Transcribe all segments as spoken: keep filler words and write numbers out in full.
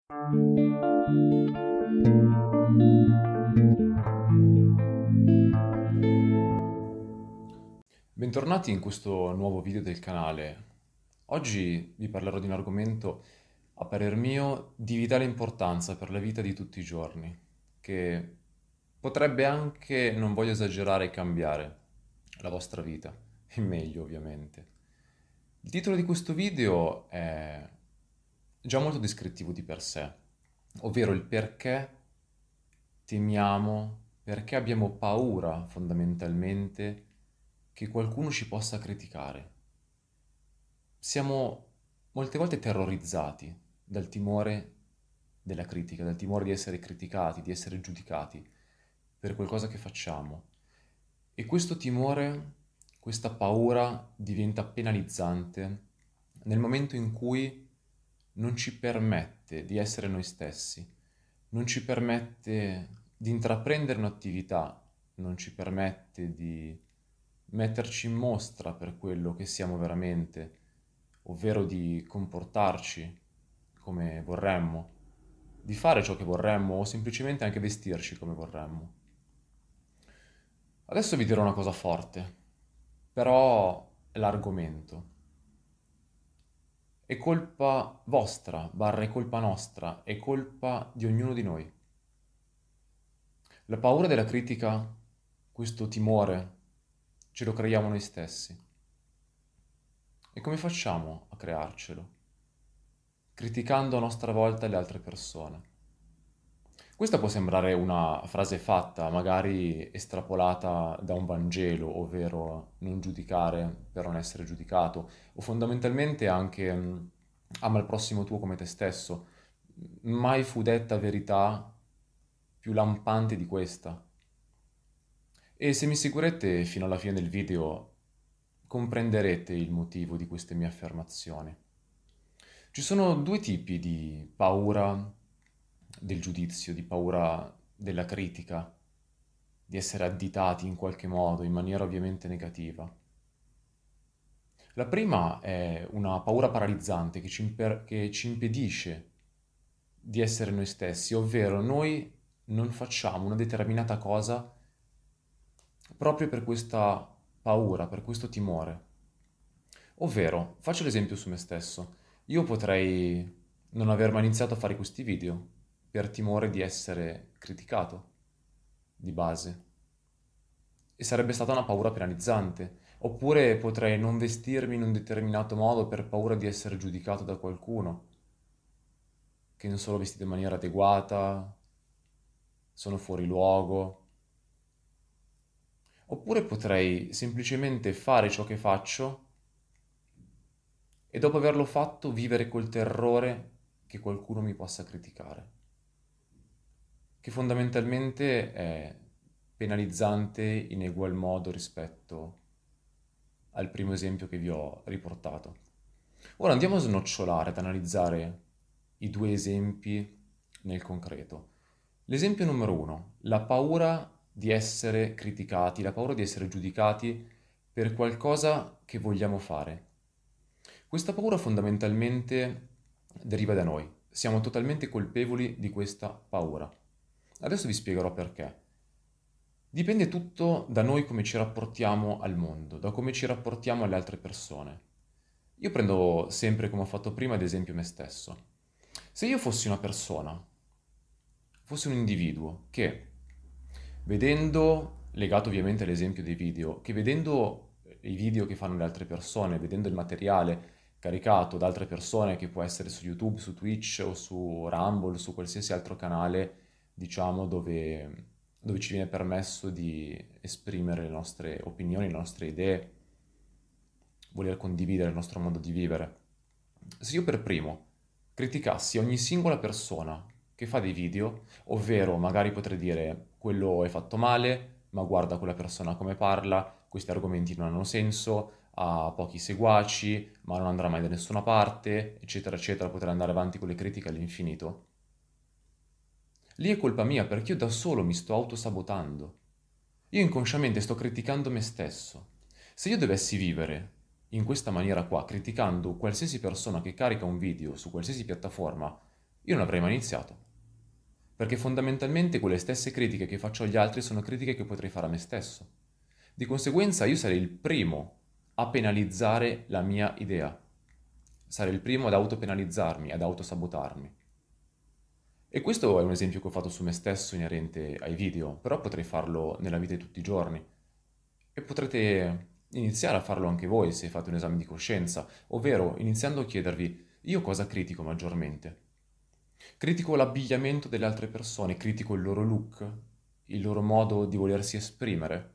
Bentornati in questo nuovo video del canale. Oggi vi parlerò di un argomento, a parer mio, di vitale importanza per la vita di tutti i giorni, che potrebbe anche, non voglio esagerare, cambiare la vostra vita, in meglio ovviamente. Il titolo di questo video è già molto descrittivo di per sé, ovvero il perché temiamo, perché abbiamo paura fondamentalmente che qualcuno ci possa criticare. Siamo molte volte terrorizzati dal timore della critica, dal timore di essere criticati, di essere giudicati per qualcosa che facciamo. E questo timore, questa paura diventa penalizzante nel momento in cui non ci permette di essere noi stessi, non ci permette di intraprendere un'attività, non ci permette di metterci in mostra per quello che siamo veramente, ovvero di comportarci come vorremmo, di fare ciò che vorremmo o semplicemente anche vestirci come vorremmo. Adesso vi dirò una cosa forte, però è l'argomento. È colpa vostra, barra è colpa nostra, è colpa di ognuno di noi. La paura della critica, questo timore, ce lo creiamo noi stessi. E come facciamo a crearcelo? Criticando a nostra volta le altre persone. Questa può sembrare una frase fatta, magari estrapolata da un Vangelo, ovvero non giudicare per non essere giudicato, o fondamentalmente anche mh, ama il prossimo tuo come te stesso. Mai fu detta verità più lampante di questa. E se mi seguirete fino alla fine del video, comprenderete il motivo di queste mie affermazioni. Ci sono due tipi di paura del giudizio, di paura della critica, di essere additati in qualche modo, in maniera ovviamente negativa. La prima è una paura paralizzante che ci, imper- che ci impedisce di essere noi stessi, ovvero noi non facciamo una determinata cosa proprio per questa paura, per questo timore. Ovvero, faccio l'esempio su me stesso. Io potrei non aver mai iniziato a fare questi video per timore di essere criticato, di base. E sarebbe stata una paura penalizzante. Oppure potrei non vestirmi in un determinato modo per paura di essere giudicato da qualcuno, che non sono vestito in maniera adeguata, sono fuori luogo. Oppure potrei semplicemente fare ciò che faccio e dopo averlo fatto vivere col terrore che qualcuno mi possa criticare, che fondamentalmente è penalizzante in egual modo rispetto al primo esempio che vi ho riportato. Ora andiamo a snocciolare, ad analizzare i due esempi nel concreto. L'esempio numero uno, la paura di essere criticati, la paura di essere giudicati per qualcosa che vogliamo fare. Questa paura fondamentalmente deriva da noi. Siamo totalmente colpevoli di questa paura. Adesso vi spiegherò perché. Dipende tutto da noi come ci rapportiamo al mondo, da come ci rapportiamo alle altre persone. Io prendo sempre, come ho fatto prima, ad esempio me stesso. Se io fossi una persona, fossi un individuo che, vedendo, legato ovviamente all'esempio dei video, che vedendo i video che fanno le altre persone, vedendo il materiale caricato da altre persone, che può essere su YouTube, su Twitch o su Rumble, su qualsiasi altro canale, diciamo, dove, dove ci viene permesso di esprimere le nostre opinioni, le nostre idee, voler condividere il nostro modo di vivere. Se io per primo criticassi ogni singola persona che fa dei video, ovvero magari potrei dire quello è fatto male, ma guarda quella persona come parla, questi argomenti non hanno senso, ha pochi seguaci, ma non andrà mai da nessuna parte, eccetera, eccetera, potrei andare avanti con le critiche all'infinito. Lì è colpa mia perché io da solo mi sto autosabotando. Io inconsciamente sto criticando me stesso. Se io dovessi vivere in questa maniera qua, criticando qualsiasi persona che carica un video su qualsiasi piattaforma, io non avrei mai iniziato. Perché fondamentalmente quelle stesse critiche che faccio agli altri sono critiche che potrei fare a me stesso. Di conseguenza io sarei il primo a penalizzare la mia idea. Sarei il primo ad autopenalizzarmi, ad autosabotarmi. E questo è un esempio che ho fatto su me stesso inerente ai video, però potrei farlo nella vita di tutti i giorni. E potrete iniziare a farlo anche voi se fate un esame di coscienza, ovvero iniziando a chiedervi: io cosa critico maggiormente? Critico l'abbigliamento delle altre persone, critico il loro look, il loro modo di volersi esprimere.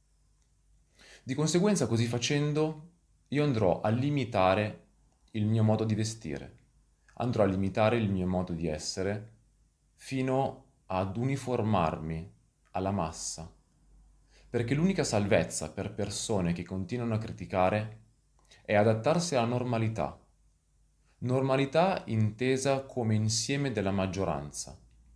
Di conseguenza, così facendo, io andrò a limitare il mio modo di vestire, andrò a limitare il mio modo di essere fino ad uniformarmi alla massa. Perché l'unica salvezza per persone che continuano a criticare è adattarsi alla normalità. Normalità intesa come insieme della maggioranza.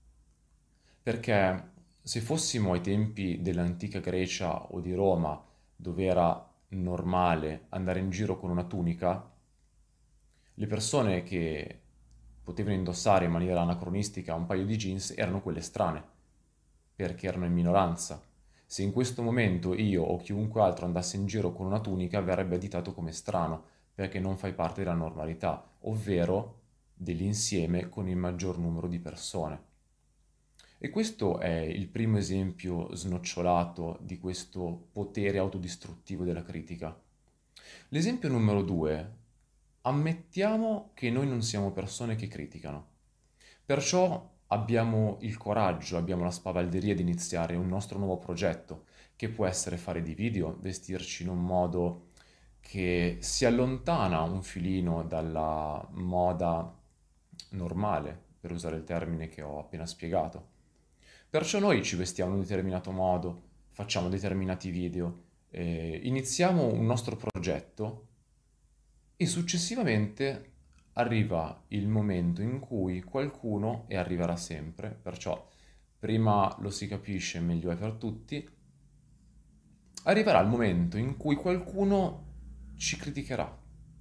Perché se fossimo ai tempi dell'antica Grecia o di Roma, dove era normale andare in giro con una tunica, le persone che potevano indossare in maniera anacronistica un paio di jeans erano quelle strane, perché erano in minoranza. Se in questo momento io o chiunque altro andasse in giro con una tunica, verrebbe additato come strano, perché non fai parte della normalità, ovvero dell'insieme con il maggior numero di persone. E questo è il primo esempio snocciolato di questo potere autodistruttivo della critica. L'esempio numero due: ammettiamo che noi non siamo persone che criticano. Perciò abbiamo il coraggio, abbiamo la spavalderia di iniziare un nostro nuovo progetto, che può essere fare dei video, vestirci in un modo che si allontana un filino dalla moda normale, per usare il termine che ho appena spiegato. Perciò noi ci vestiamo in un determinato modo, facciamo determinati video, eh, iniziamo un nostro progetto e successivamente arriva il momento in cui qualcuno, e arriverà sempre, perciò prima lo si capisce meglio è per tutti, arriverà il momento in cui qualcuno ci criticherà.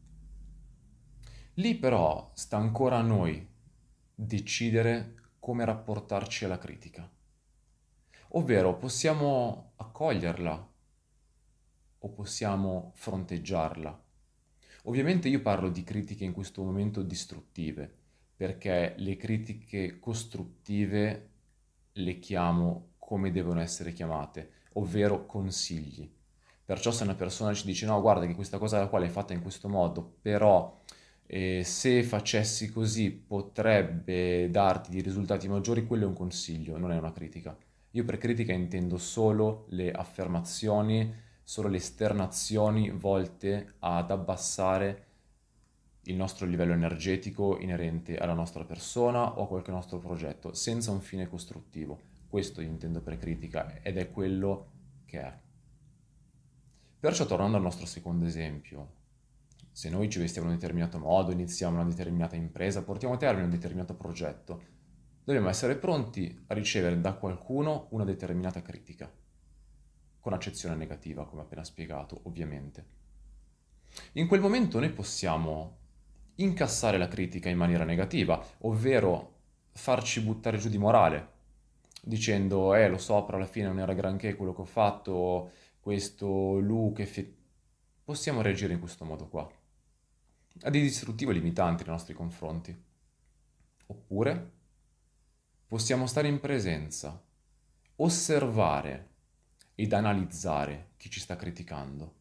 Lì però sta ancora a noi decidere come rapportarci alla critica. Ovvero possiamo accoglierla o possiamo fronteggiarla. Ovviamente io parlo di critiche in questo momento distruttive, perché le critiche costruttive le chiamo come devono essere chiamate, ovvero consigli. Perciò se una persona ci dice no, guarda che questa cosa qua l'hai fatta in questo modo, però eh, se facessi così potrebbe darti dei risultati maggiori, quello è un consiglio, non è una critica. Io per critica intendo solo le affermazioni, solo le esternazioni volte ad abbassare il nostro livello energetico inerente alla nostra persona o a qualche nostro progetto, senza un fine costruttivo. Questo io intendo per critica ed è quello che è. Perciò tornando al nostro secondo esempio, se noi ci vestiamo in un determinato modo, iniziamo una determinata impresa, portiamo a termine un determinato progetto, dobbiamo essere pronti a ricevere da qualcuno una determinata critica, con accezione negativa, come appena spiegato, ovviamente. In quel momento noi possiamo incassare la critica in maniera negativa, ovvero farci buttare giù di morale, dicendo, eh, lo so, però alla fine non era granché quello che ho fatto, questo look, effe-". Possiamo reagire in questo modo qua. Ha dei distruttivi limitanti nei nostri confronti. Oppure possiamo stare in presenza, osservare ed analizzare chi ci sta criticando.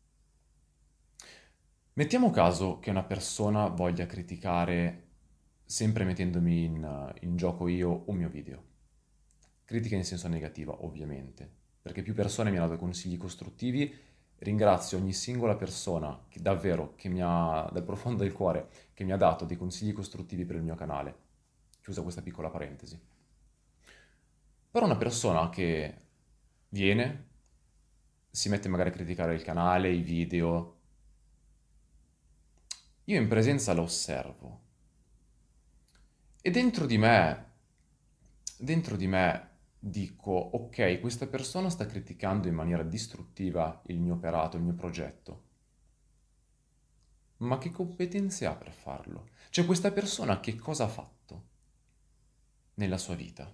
Mettiamo caso che una persona voglia criticare, sempre mettendomi in, in gioco io un mio video. Critica in senso negativo, ovviamente, perché più persone mi hanno dato consigli costruttivi. Ringrazio ogni singola persona che davvero, che mi ha, dal profondo del cuore, che mi ha dato dei consigli costruttivi per il mio canale. Chiusa questa piccola parentesi. Però una persona che viene, si mette magari a criticare il canale, i video, io in presenza la osservo e dentro di me, dentro di me dico, ok, questa persona sta criticando in maniera distruttiva il mio operato, il mio progetto. Ma che competenze ha per farlo? Cioè questa persona che cosa ha fatto? nella sua vita?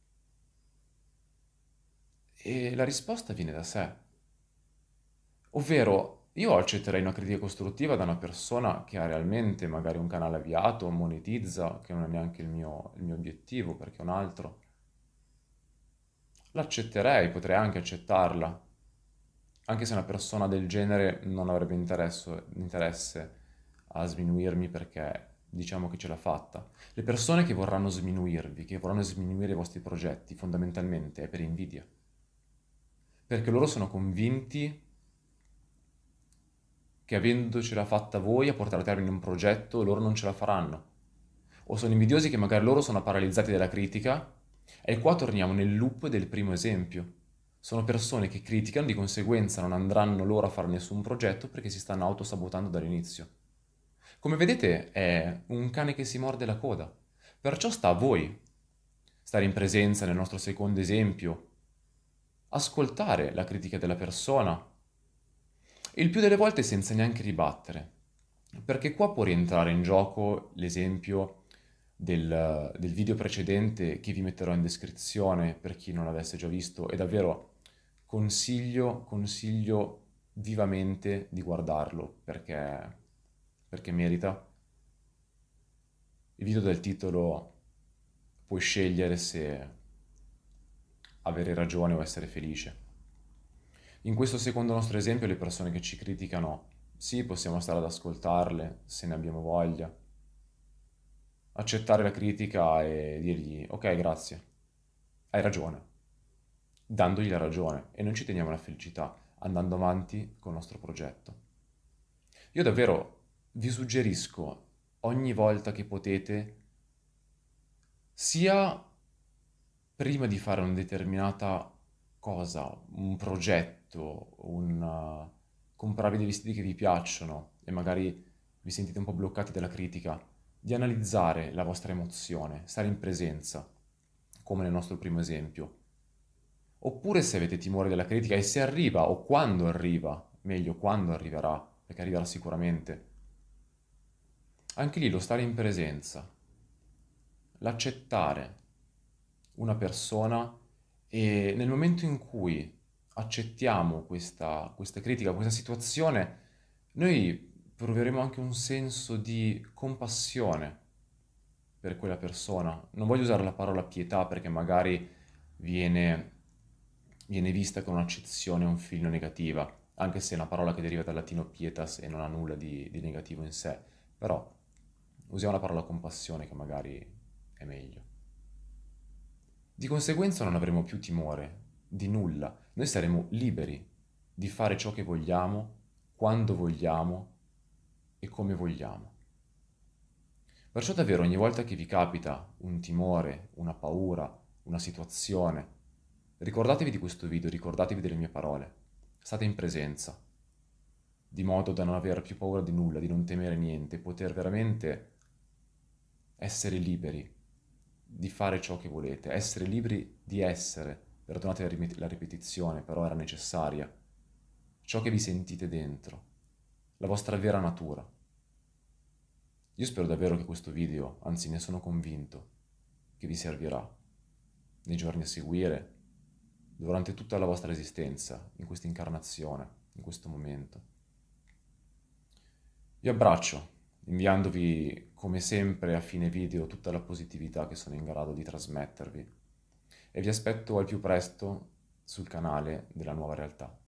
E la risposta viene da sé. Ovvero, io accetterei una critica costruttiva da una persona che ha realmente magari un canale avviato, monetizza, che non è neanche il mio, il mio obiettivo perché è un altro. L'accetterei, potrei anche accettarla, anche se una persona del genere non avrebbe interesse, interesse a sminuirmi perché diciamo che ce l'ha fatta. Le persone che vorranno sminuirvi, che vorranno sminuire i vostri progetti, fondamentalmente è per invidia, perché loro sono convinti che avendocela fatta voi a portare a termine un progetto, loro non ce la faranno. O sono invidiosi che magari loro sono paralizzati dalla critica, e qua torniamo nel loop del primo esempio. Sono persone che criticano, di conseguenza non andranno loro a fare nessun progetto perché si stanno autosabotando dall'inizio. Come vedete è un cane che si morde la coda. Perciò sta a voi stare in presenza nel nostro secondo esempio, ascoltare la critica della persona, il più delle volte senza neanche ribattere. Perché qua può rientrare in gioco l'esempio del, del video precedente che vi metterò in descrizione per chi non l'avesse già visto e davvero consiglio, consiglio vivamente di guardarlo perché, perché merita. Il video del titolo puoi scegliere se avere ragione o essere felice. In questo secondo nostro esempio, le persone che ci criticano, sì, possiamo stare ad ascoltarle se ne abbiamo voglia, accettare la critica e dirgli, ok, grazie, hai ragione, dandogli la ragione e non ci teniamo la felicità, andando avanti col nostro progetto. Io davvero vi suggerisco ogni volta che potete, sia prima di fare una determinata cosa, un progetto, un, uh, comprarvi dei vestiti che vi piacciono e magari vi sentite un po' bloccati dalla critica, di analizzare la vostra emozione, stare in presenza, come nel nostro primo esempio. Oppure se avete timore della critica e se arriva o quando arriva, meglio quando arriverà, perché arriverà sicuramente, anche lì lo stare in presenza, l'accettare una persona e nel momento in cui accettiamo questa, questa critica, questa situazione, noi proveremo anche un senso di compassione per quella persona. Non voglio usare la parola pietà perché magari viene, viene vista con un'accezione, un filino negativa, anche se è una parola che deriva dal latino pietas e non ha nulla di, di negativo in sé, però usiamo la parola compassione che magari è meglio. Di conseguenza non avremo più timore di nulla, noi saremo liberi di fare ciò che vogliamo, quando vogliamo e come vogliamo. Perciò davvero ogni volta che vi capita un timore, una paura, una situazione, ricordatevi di questo video, ricordatevi delle mie parole, state in presenza, di modo da non aver più paura di nulla, di non temere niente, poter veramente essere liberi di fare ciò che volete, essere liberi di essere, perdonate la, rim- la ripetizione, però era necessaria, ciò che vi sentite dentro, la vostra vera natura. Io spero davvero che questo video, anzi ne sono convinto, che vi servirà nei giorni a seguire, durante tutta la vostra esistenza, in questa incarnazione, in questo momento. Vi abbraccio, inviandovi come sempre a fine video tutta la positività che sono in grado di trasmettervi e vi aspetto al più presto sul canale della nuova realtà.